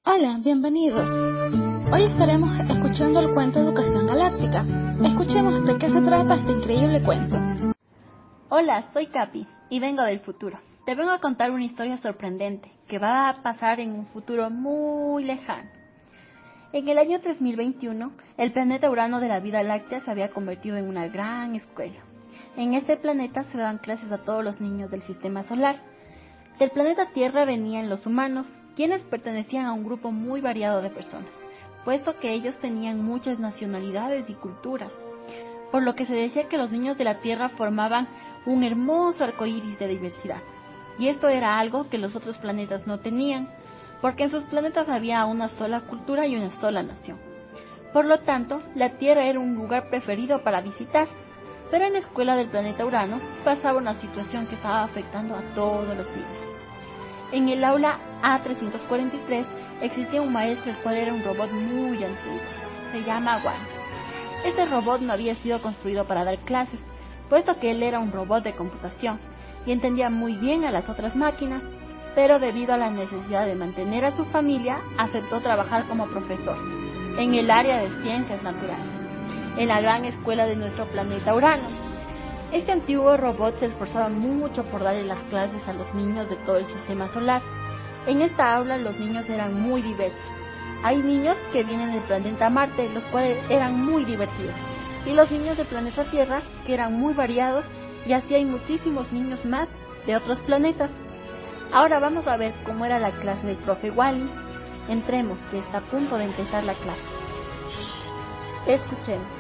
Hola, bienvenidos. Hoy estaremos escuchando el cuento Educación Galáctica. Escuchemos de qué se trata este increíble cuento. Hola, soy Capi y vengo del futuro. Te vengo a contar una historia sorprendente que va a pasar en un futuro muy lejano. En el año 3021, el planeta Urano de la Vía Láctea se había convertido en una gran escuela. En este planeta se daban clases a todos los niños del sistema solar. Del planeta Tierra venían los humanos, quienes pertenecían a un grupo muy variado de personas, puesto que ellos tenían muchas nacionalidades y culturas, por lo que se decía que los niños de la Tierra formaban un hermoso arcoíris de diversidad. Y esto era algo que los otros planetas no tenían, porque en sus planetas había una sola cultura y una sola nación. Por lo tanto, la Tierra era un lugar preferido para visitar. Pero en la escuela del planeta Urano pasaba una situación que estaba afectando a todos los niños. En el aula A343 existía un maestro el cual era un robot muy antiguo. Se llama Wally. Este robot no había sido construido para dar clases, puesto que él era un robot de computación y entendía muy bien a las otras máquinas, pero debido a la necesidad de mantener a su familia, aceptó trabajar como profesor en el área de ciencias naturales, en la gran escuela de nuestro planeta Urano. Este antiguo robot se esforzaba mucho por darle las clases a los niños de todo el sistema solar. En esta aula los niños eran muy diversos. Hay niños que vienen del planeta Marte, los cuales eran muy divertidos, y los niños del planeta Tierra, que eran muy variados, y así hay muchísimos niños más de otros planetas. Ahora vamos a ver cómo era la clase del profe Wally. Entremos, que está a punto de empezar la clase. Escuchemos.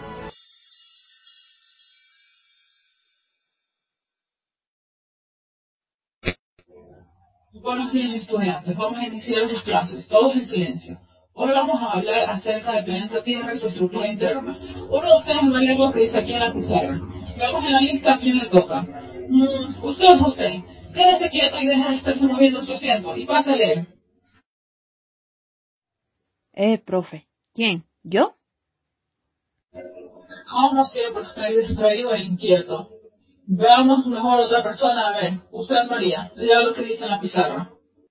Buenos días, estudiantes. Vamos a iniciar nuestras clases, todos en silencio. Hoy vamos a hablar acerca del planeta Tierra y su estructura interna. Uno de ustedes va a leer lo que dice aquí en la pizarra. Veamos en la lista a quién le toca. Usted, José, quédese quieto y deje de estarse moviendo en su asiento y pase a leer. Profe, ¿quién? ¿Yo? Como siempre, estoy distraído e inquieto. Veamos mejor a otra persona. A ver, usted, María, lea lo que dice en la pizarra.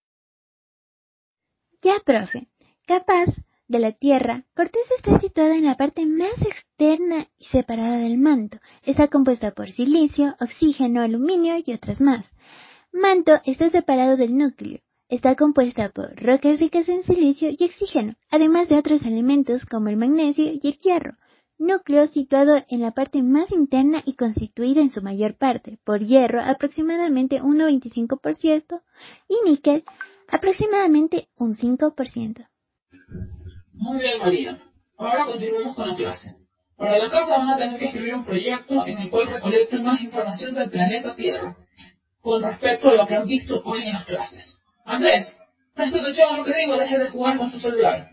Ya, profe. Capaz de la Tierra, Corteza está situada en la parte más externa y separada del manto. Está compuesta por silicio, oxígeno, aluminio y otras más. Manto está separado del núcleo. Está compuesta por rocas ricas en silicio y oxígeno, además de otros elementos como el magnesio y el hierro. Núcleo situado en la parte más interna y constituida en su mayor parte por hierro, aproximadamente un 95%, y níquel, aproximadamente un 5%. Muy bien, María. Ahora continuamos con la clase. Para la casa van a tener que escribir un proyecto en el cual recolecten más información del planeta Tierra con respecto a lo que han visto hoy en las clases. Andrés, presta atención a lo que digo, deje de jugar con su celular.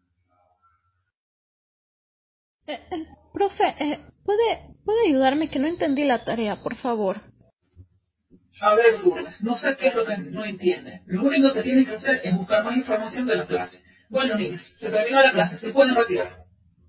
Profe, ¿puede ayudarme que no entendí la tarea, por favor? A ver, Lourdes, no sé qué es lo que no entiende. Lo único que tienen que hacer es buscar más información de la clase. Bueno, niños, se terminó la clase, se pueden retirar.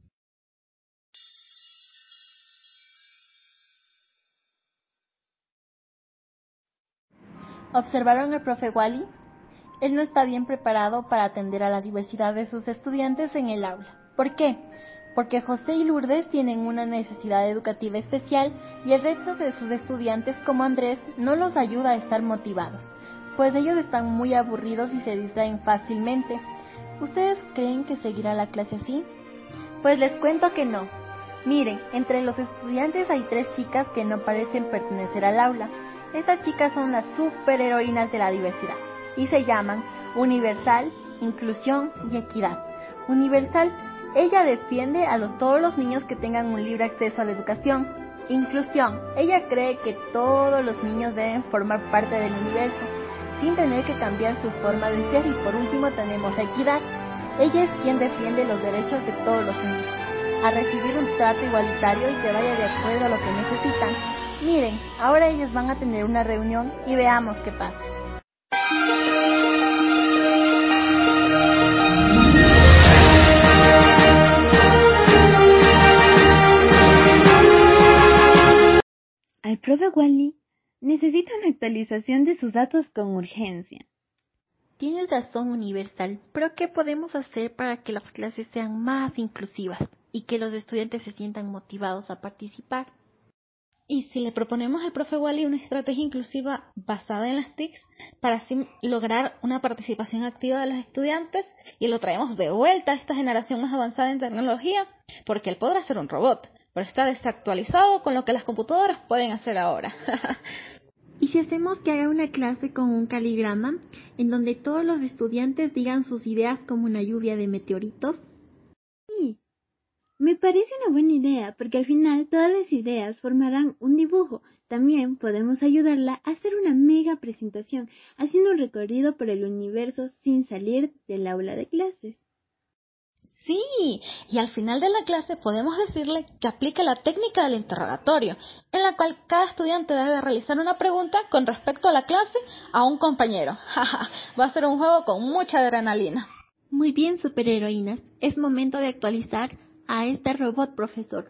¿Observaron al profe Wally? Él no está bien preparado para atender a la diversidad de sus estudiantes en el aula. ¿Por qué? Porque José y Lourdes tienen una necesidad educativa especial y el resto de sus estudiantes, como Andrés, no los ayuda a estar motivados, pues ellos están muy aburridos y se distraen fácilmente. ¿Ustedes creen que seguirá la clase así? Pues les cuento que no. Miren, entre los estudiantes hay 3 chicas que no parecen pertenecer al aula. Estas chicas son las superheroínas de la diversidad y se llaman Universal, Inclusión y Equidad. Universal, ella defiende a todos los niños que tengan un libre acceso a la educación. Inclusión, ella cree que todos los niños deben formar parte del universo sin tener que cambiar su forma de ser. Y por último tenemos a Equidad. Ella es quien defiende los derechos de todos los niños a recibir un trato igualitario y que vaya de acuerdo a lo que necesitan. Miren, ahora ellos van a tener una reunión y veamos qué pasa. Al profe Wally necesita una actualización de sus datos con urgencia. Tienes razón, Universal, pero ¿qué podemos hacer para que las clases sean más inclusivas y que los estudiantes se sientan motivados a participar? Y si le proponemos al profe Wally una estrategia inclusiva basada en las TICs para así lograr una participación activa de los estudiantes y lo traemos de vuelta a esta generación más avanzada en tecnología, porque él podrá ser un robot, pero está desactualizado con lo que las computadoras pueden hacer ahora. ¿Y si hacemos que haga una clase con un caligrama en donde todos los estudiantes digan sus ideas como una lluvia de meteoritos? Sí, me parece una buena idea, porque al final todas las ideas formarán un dibujo. También podemos ayudarla a hacer una mega presentación, haciendo un recorrido por el universo sin salir del aula de clases. Sí, y al final de la clase podemos decirle que aplique la técnica del interrogatorio, en la cual cada estudiante debe realizar una pregunta con respecto a la clase a un compañero. Va a ser un juego con mucha adrenalina. Muy bien, superheroínas. Es momento de actualizar a este robot, profesor.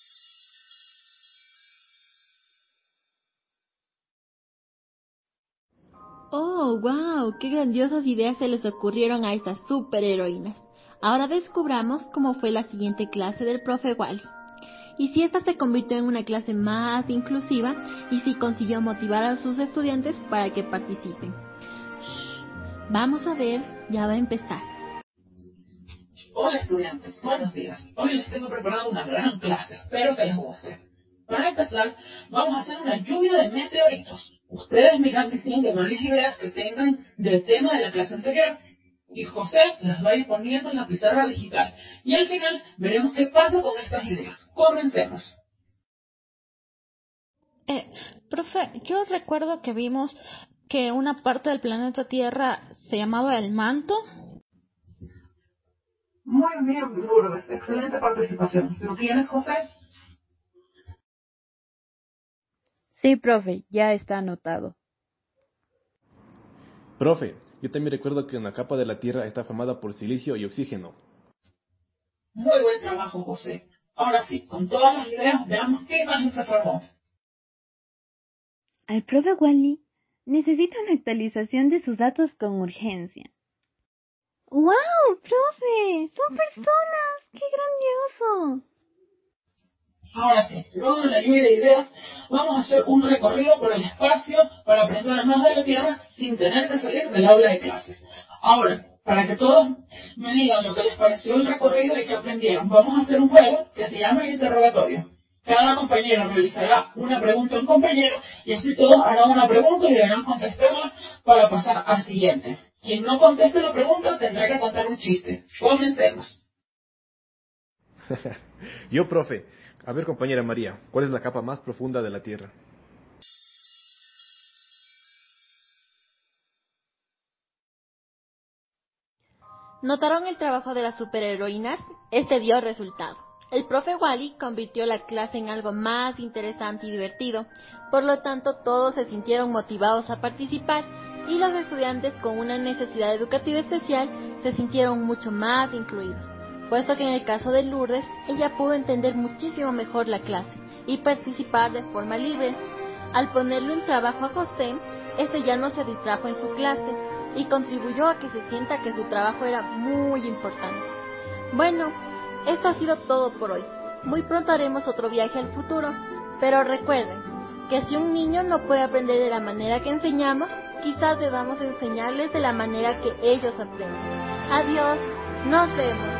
Oh, wow, qué grandiosas ideas se les ocurrieron a estas superheroínas. Ahora descubramos cómo fue la siguiente clase del profe Wally. Y si esta se convirtió en una clase más inclusiva y si consiguió motivar a sus estudiantes para que participen. Vamos a ver, ya va a empezar. Hola estudiantes, buenos días. Hoy les tengo preparado una gran clase, espero que les guste. Para empezar, vamos a hacer una lluvia de meteoritos. Ustedes me irán diciendo varias ideas que tengan del tema de la clase anterior. Y José las va a ir poniendo en la pizarra digital. Y al final veremos qué pasa con estas ideas. Comencemos. Profe, yo recuerdo que vimos que una parte del planeta Tierra se llamaba el manto. Muy bien, Lourdes. Excelente participación. ¿Lo tienes, José? Sí, profe, ya está anotado. Profe, yo también recuerdo que una capa de la Tierra está formada por silicio y oxígeno. Muy buen trabajo, José. Ahora sí, con todas las ideas, veamos qué imagen se formó. Al profe Wally necesita una actualización de sus datos con urgencia. ¡Wow, profe! ¡Son personas! ¡Qué grandioso! Ahora sí, luego de la lluvia de ideas, vamos a hacer un recorrido por el espacio para aprender más de la Tierra sin tener que salir del aula de clases. Ahora, para que todos me digan lo que les pareció el recorrido y que aprendieron, vamos a hacer un juego que se llama el interrogatorio. Cada compañero realizará una pregunta a un compañero y así todos harán una pregunta y deberán contestarla para pasar al siguiente. Quien no conteste la pregunta tendrá que contar un chiste. Comencemos. Yo, profe. A ver, compañera María, ¿cuál es la capa más profunda de la Tierra? ¿Notaron el trabajo de las superheroínas? Este dio resultado. El profe Wally convirtió la clase en algo más interesante y divertido, por lo tanto todos se sintieron motivados a participar y los estudiantes con una necesidad educativa especial se sintieron mucho más incluidos, puesto que en el caso de Lourdes, ella pudo entender muchísimo mejor la clase y participar de forma libre. Al ponerle un trabajo a José, este ya no se distrajo en su clase y contribuyó a que se sienta que su trabajo era muy importante. Bueno, esto ha sido todo por hoy. Muy pronto haremos otro viaje al futuro, pero recuerden que si un niño no puede aprender de la manera que enseñamos, quizás debamos enseñarles de la manera que ellos aprenden. Adiós, nos vemos.